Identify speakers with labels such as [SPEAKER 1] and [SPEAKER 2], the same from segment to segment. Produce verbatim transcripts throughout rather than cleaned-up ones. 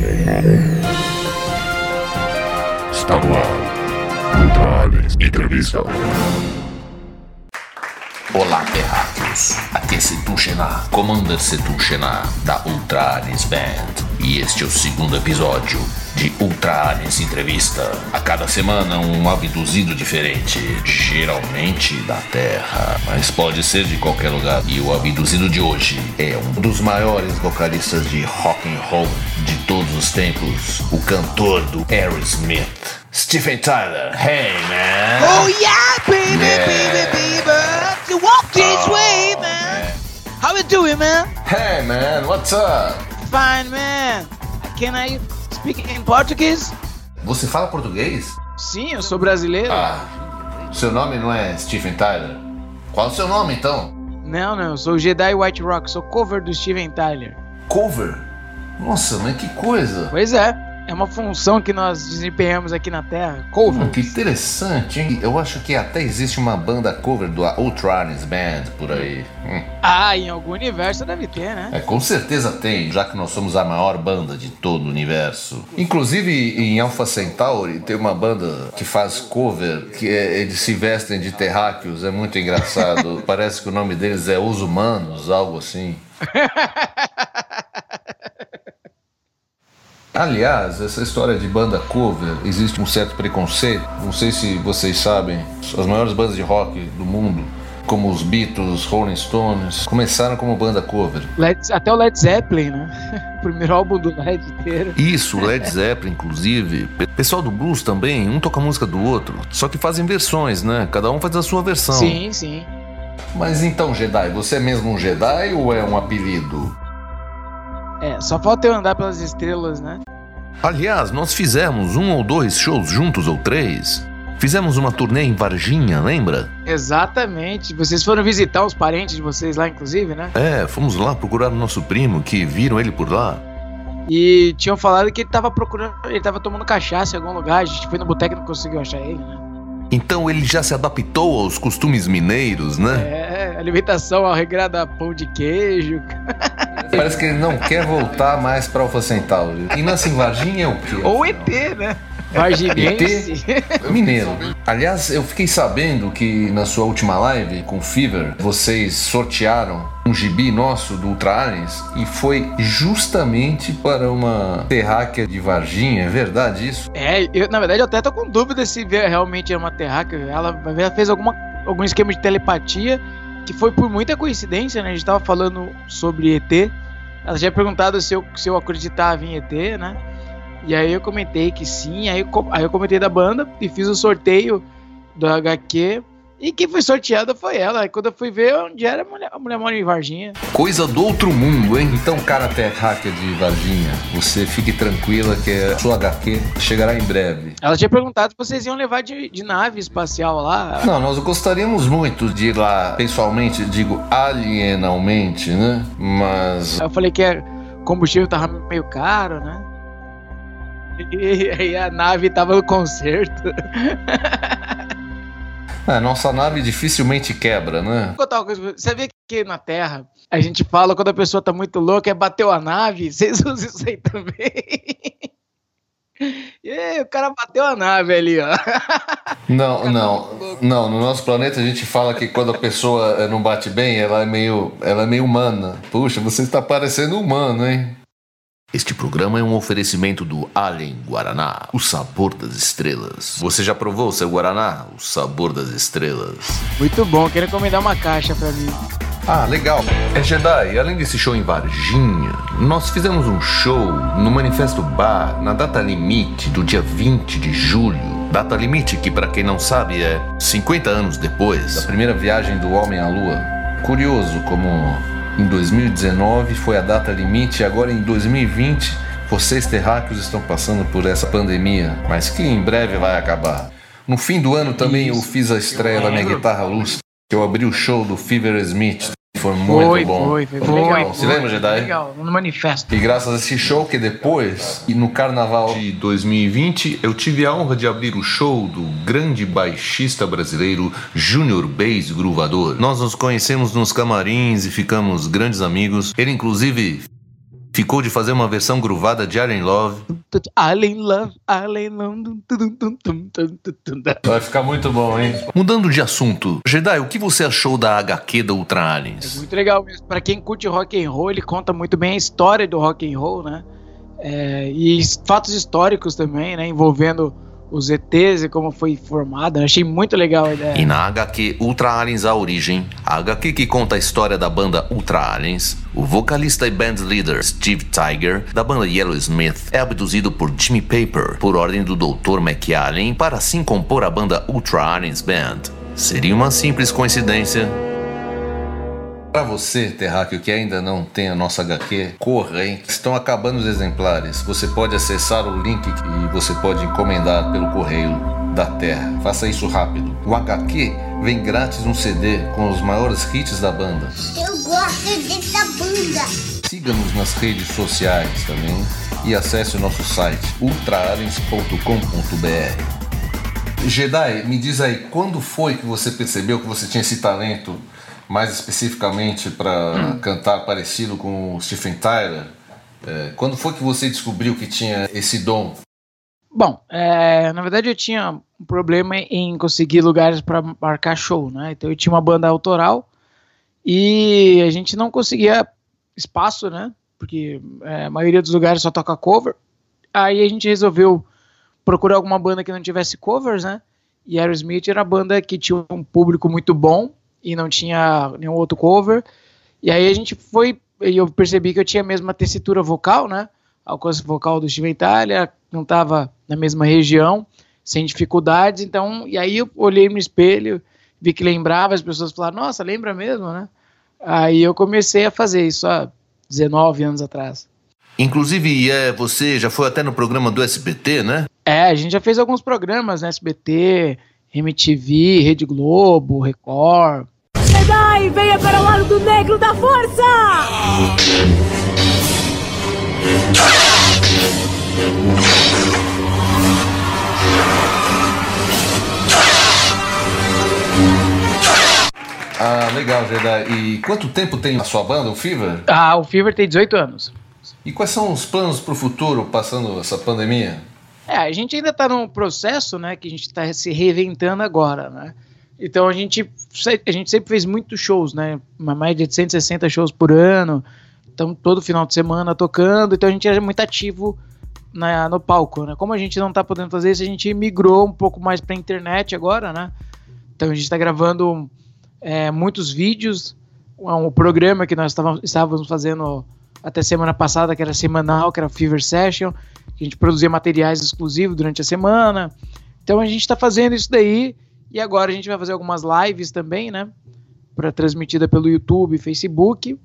[SPEAKER 1] Está no ar. Ultra Aliens Entrevista.
[SPEAKER 2] Olá, terráqueos. Aqui é Setu Xená, Commander Setu Xená, da Ultra Aliens Band. E este é o segundo episódio de Ultra Aliens Entrevista. A cada semana um abduzido diferente, geralmente da Terra, mas pode ser de qualquer lugar. E o abduzido de hoje é um dos maiores vocalistas de rock and roll de todos os tempos, o cantor do Aerosmith, Steven Tyler. Hey, man!
[SPEAKER 3] Oh yeah, baby,
[SPEAKER 2] Yeah.
[SPEAKER 3] baby, baby! You walk this
[SPEAKER 2] Oh,
[SPEAKER 3] way, man. How you doing, man?
[SPEAKER 2] Hey, man, what's up?
[SPEAKER 3] Fine, man. Can I speak in Portuguese?
[SPEAKER 2] Você fala português?
[SPEAKER 3] Sim, eu sou brasileiro.
[SPEAKER 2] Ah, seu nome não é Steven Tyler? Qual é o seu nome, então?
[SPEAKER 3] Não, não, eu sou o Jedi White Rock, sou cover do Steven Tyler.
[SPEAKER 2] Cover? Nossa, mas que coisa!
[SPEAKER 3] Pois é, é uma função que nós desempenhamos aqui na Terra, cover.
[SPEAKER 2] Hum, que interessante, hein? Eu acho que até existe uma banda cover do Ultra Aliens Band por aí. Hum.
[SPEAKER 3] Ah, em algum universo deve ter, né?
[SPEAKER 2] É, com certeza tem, já que nós somos a maior banda de todo o universo. Inclusive, em Alpha Centauri, tem uma banda que faz cover, que é, eles se vestem de terráqueos, é muito engraçado. Parece que o nome deles é Os Humanos, algo assim. Aliás, essa história de banda cover, existe um certo preconceito. Não sei se vocês sabem, as maiores bandas de rock do mundo, como os Beatles, Rolling Stones, começaram como banda cover.
[SPEAKER 3] Led- até o Led Zeppelin, né? O primeiro álbum do Led inteiro.
[SPEAKER 2] Isso, Led Zeppelin, inclusive. Pe- Pessoal do blues também, um toca a música do outro. Só que fazem versões, né? Cada um faz a sua versão.
[SPEAKER 3] Sim, sim.
[SPEAKER 2] Mas então, Jedi, você é mesmo um Jedi ou é um apelido?
[SPEAKER 3] É, só falta eu andar pelas estrelas, né?
[SPEAKER 2] Aliás, nós fizemos um ou dois shows juntos ou três. Fizemos uma turnê em Varginha, lembra?
[SPEAKER 3] Exatamente. Vocês foram visitar os parentes de vocês lá, inclusive, né?
[SPEAKER 2] É, fomos lá procurar o nosso primo, que viram ele por lá.
[SPEAKER 3] E tinham falado que ele tava procurando, ele tava tomando cachaça em algum lugar, a gente foi no boteco e não conseguiu achar ele, né?
[SPEAKER 2] Então ele já se adaptou aos costumes mineiros, né?
[SPEAKER 3] É, alimentação regrada a pão de queijo.
[SPEAKER 2] Parece que ele não quer voltar mais pra Alpha Centauri. E nasce em Varginha é o quê?
[SPEAKER 3] Ou E T, né? Varginense.
[SPEAKER 2] Mineiro. Aliás, eu fiquei sabendo que na sua última live com o Fever, vocês sortearam um gibi nosso do Ultra Aliens e foi justamente para uma terráquea de Varginha, é verdade isso?
[SPEAKER 3] É, eu, na verdade eu até tô com dúvida se realmente é uma terráquea. Ela, ela fez alguma, algum esquema de telepatia que foi por muita coincidência, né? A gente tava falando sobre E T. Ela tinha perguntado se eu, se eu acreditava em E T, né? E aí eu comentei que sim, aí eu, co- aí eu comentei da banda e fiz o sorteio do H Q. E quem foi sorteada foi ela. Aí quando eu fui ver onde era, a mulher, a mulher mora em Varginha.
[SPEAKER 2] Coisa do outro mundo, hein? Então, cara terráquea de Varginha, você fique tranquila que a sua H Q chegará em breve.
[SPEAKER 3] Ela tinha perguntado se vocês iam levar de, de nave espacial lá.
[SPEAKER 2] Não, nós gostaríamos muito de ir lá pessoalmente, digo alienalmente, né? Mas
[SPEAKER 3] Aí eu falei que o combustível tava meio caro, né? E aí a nave tava no conserto.
[SPEAKER 2] a nossa nave dificilmente quebra, né?
[SPEAKER 3] Vou contar uma coisa pra você. Você vê que na Terra a gente fala quando a pessoa tá muito louca, é bateu a nave. Vocês usam isso aí também? E aí, o cara bateu a nave ali, ó.
[SPEAKER 2] Não, não, não. No nosso planeta a gente fala que quando a pessoa eh, não bate bem, ela é meio, ela é meio humana. Puxa, você está parecendo humano, hein? Este programa é um oferecimento do Alien Guaraná, o sabor das estrelas. Você já provou o seu Guaraná, o sabor das estrelas?
[SPEAKER 3] Muito bom, quero encomendar uma caixa pra mim.
[SPEAKER 2] Ah, legal. É Jedi, além desse show em Varginha, nós fizemos um show no Manifesto Bar, na data limite do dia vinte de julho. Data limite que, pra quem não sabe, é cinquenta anos depois da primeira viagem do homem à Lua. Curioso como em dois mil e dezenove foi a data limite e agora em dois mil e vinte vocês terráqueos estão passando por essa pandemia, mas que em breve vai acabar. No fim do ano também eu fiz a estreia da minha guitarra Luz. Eu abri o show do Fever Smith. Foi muito
[SPEAKER 3] Foi,
[SPEAKER 2] bom.
[SPEAKER 3] foi, foi,
[SPEAKER 2] Foi
[SPEAKER 3] legal.
[SPEAKER 2] legal. Se lembra, Jedi?
[SPEAKER 3] Legal, no manifesto.
[SPEAKER 2] E graças a esse show que depois, e no carnaval de dois mil e vinte, eu tive a honra de abrir o show do grande baixista brasileiro Júnior Bass Gruvador. Nós nos conhecemos nos camarins e ficamos grandes amigos. Ele, inclusive, ficou de fazer uma versão groovada de Alien Love.
[SPEAKER 3] Alien Love, Alien Love.
[SPEAKER 2] Vai ficar muito bom, hein? Mudando de assunto, Jedi, o que você achou da agá quê da Ultra Aliens?
[SPEAKER 3] É muito legal mesmo. Pra quem curte rock and roll, ele conta muito bem a história do rock and roll, né? É, e fatos históricos também, né? Envolvendo os E Tês e como foi formada. Eu achei muito legal a ideia.
[SPEAKER 2] E na agá quê Ultra Aliens A Origem, a agá quê que conta a história da banda Ultra Aliens, o vocalista e band leader Steve Tiger, da banda Yellowsmith, é abduzido por Jimmy Paper, por ordem do doutor McAllen, para assim compor a banda Ultra Aliens Band. Seria uma simples coincidência? Para você, terráqueo, que ainda não tem a nossa agá quê, corra, hein? Estão acabando os exemplares. Você pode acessar o link e você pode encomendar pelo correio da Terra. Faça isso rápido. O agá quê vem grátis um C D com os maiores hits da banda.
[SPEAKER 4] Eu gosto dessa banda.
[SPEAKER 2] Siga-nos nas redes sociais também e acesse o nosso site ultra aliens ponto com ponto b r. Jedi, me diz aí, quando foi que você percebeu que você tinha esse talento, mais especificamente para hum. cantar parecido com o Stephen Tyler? É, quando foi que você descobriu que tinha esse dom?
[SPEAKER 3] Bom, é, na verdade eu tinha um problema em conseguir lugares para marcar show, né? Então eu tinha uma banda autoral e a gente não conseguia espaço, né? Porque é, a maioria dos lugares só toca cover. Aí a gente resolveu procurar alguma banda que não tivesse covers, né? E Aerosmith era a banda que tinha um público muito bom e não tinha nenhum outro cover. E aí a gente foi, e eu percebi que eu tinha a mesma tessitura vocal, né? Alcance vocal do Steven Tyler, não estava na mesma região, sem dificuldades, então, e aí eu olhei no espelho, vi que lembrava, as pessoas falaram, nossa, lembra mesmo, né? Aí eu comecei a fazer isso há dezenove anos atrás.
[SPEAKER 2] Inclusive, é, você já foi até no programa do S B T, né?
[SPEAKER 3] É, a gente já fez alguns programas, né? S B T, M T V, Rede Globo, Record.
[SPEAKER 5] Jedi, venha para o lado do negro da força!
[SPEAKER 2] Ah, legal, Jedi. E quanto tempo tem a sua banda, o Fever?
[SPEAKER 3] Ah, o Fever tem dezoito anos.
[SPEAKER 2] E quais são os planos para o futuro, passando essa pandemia?
[SPEAKER 3] É, a gente ainda está num processo, né, que a gente está se reinventando agora, né? Então a gente, a gente sempre fez muitos shows, né? Uma média de cento e sessenta shows por ano. Então todo final de semana tocando. Então a gente era muito ativo na, no palco, né? Como a gente não está podendo fazer isso, a gente migrou um pouco mais para a internet agora, né? Então a gente está gravando é, muitos vídeos. Um, um programa que nós estávamos, estávamos fazendo até semana passada, que era semanal, que era Fever Session. Que a gente produzia materiais exclusivos durante a semana. Então a gente está fazendo isso daí. E agora a gente vai fazer algumas lives também, né? Para transmitida pelo YouTube e Facebook.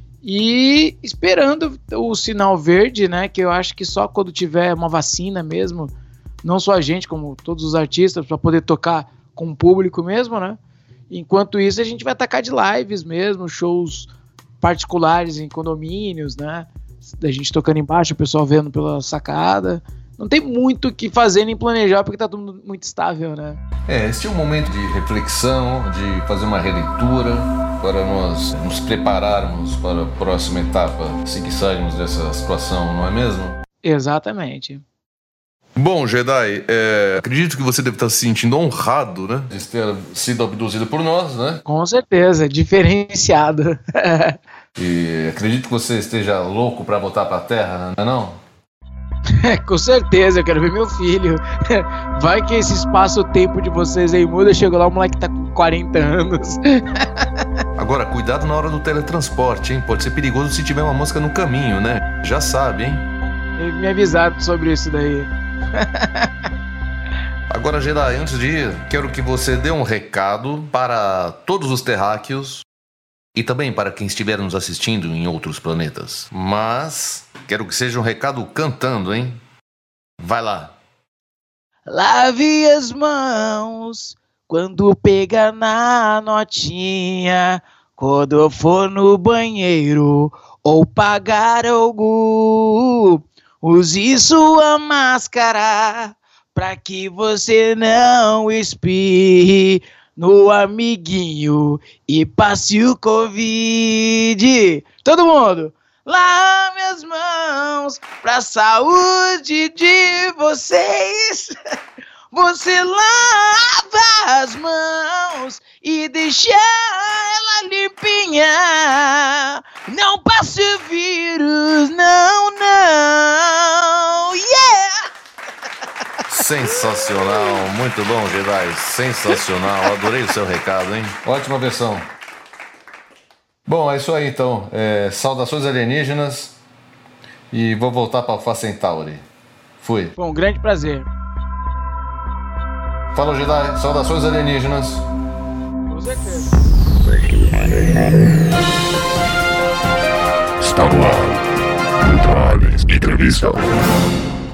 [SPEAKER 3] E esperando o sinal verde, né? Que eu acho que só quando tiver uma vacina mesmo, não só a gente, como todos os artistas, para poder tocar com o público mesmo, né? Enquanto isso, a gente vai atacar de lives mesmo, shows particulares em condomínios, né? Da gente tocando embaixo, o pessoal vendo pela sacada. Não tem muito o que fazer nem planejar, porque tá tudo muito estável, né?
[SPEAKER 2] É, esse é um momento de reflexão, de fazer uma releitura, para nós nos prepararmos para a próxima etapa, se que sairmos dessa situação, não é mesmo?
[SPEAKER 3] Exatamente.
[SPEAKER 2] Bom, Jedi, é, acredito que você deve estar se sentindo honrado, né? De ter sido abduzido por nós, né?
[SPEAKER 3] Com certeza, diferenciado.
[SPEAKER 2] E acredito que você esteja louco para voltar para a Terra, não é não?
[SPEAKER 3] É, com certeza, eu quero ver meu filho. Vai que esse espaço-tempo de vocês aí muda, chega lá, o moleque tá com quarenta anos.
[SPEAKER 2] Agora, cuidado na hora do teletransporte, hein? Pode ser perigoso se tiver uma mosca no caminho, né? Já sabe, hein?
[SPEAKER 3] Me avisaram sobre isso daí.
[SPEAKER 2] Agora, Jedi, antes de ir, quero que você dê um recado para todos os terráqueos e também para quem estiver nos assistindo em outros planetas. Mas quero que seja um recado cantando, hein? Vai lá.
[SPEAKER 3] Lave as mãos quando pegar na notinha, quando for no banheiro ou pagar algo. Use sua máscara pra que você não espirre no amiguinho e passe o Covid. Todo mundo, lave as mãos pra saúde de vocês. Você lava as mãos e deixa ela limpinha. Não passa o vírus, não, não. Yeah!
[SPEAKER 2] Sensacional, muito bom, Jedi. Sensacional, adorei o seu recado, hein? Ótima versão. Bom, é isso aí então. É, saudações alienígenas. E vou voltar para Alpha Centauri. Fui.
[SPEAKER 3] Foi um grande prazer.
[SPEAKER 2] Fala, Jedi. Saudações alienígenas.
[SPEAKER 3] Com certeza.
[SPEAKER 1] Está no ar. Ultra Aliens Entrevista.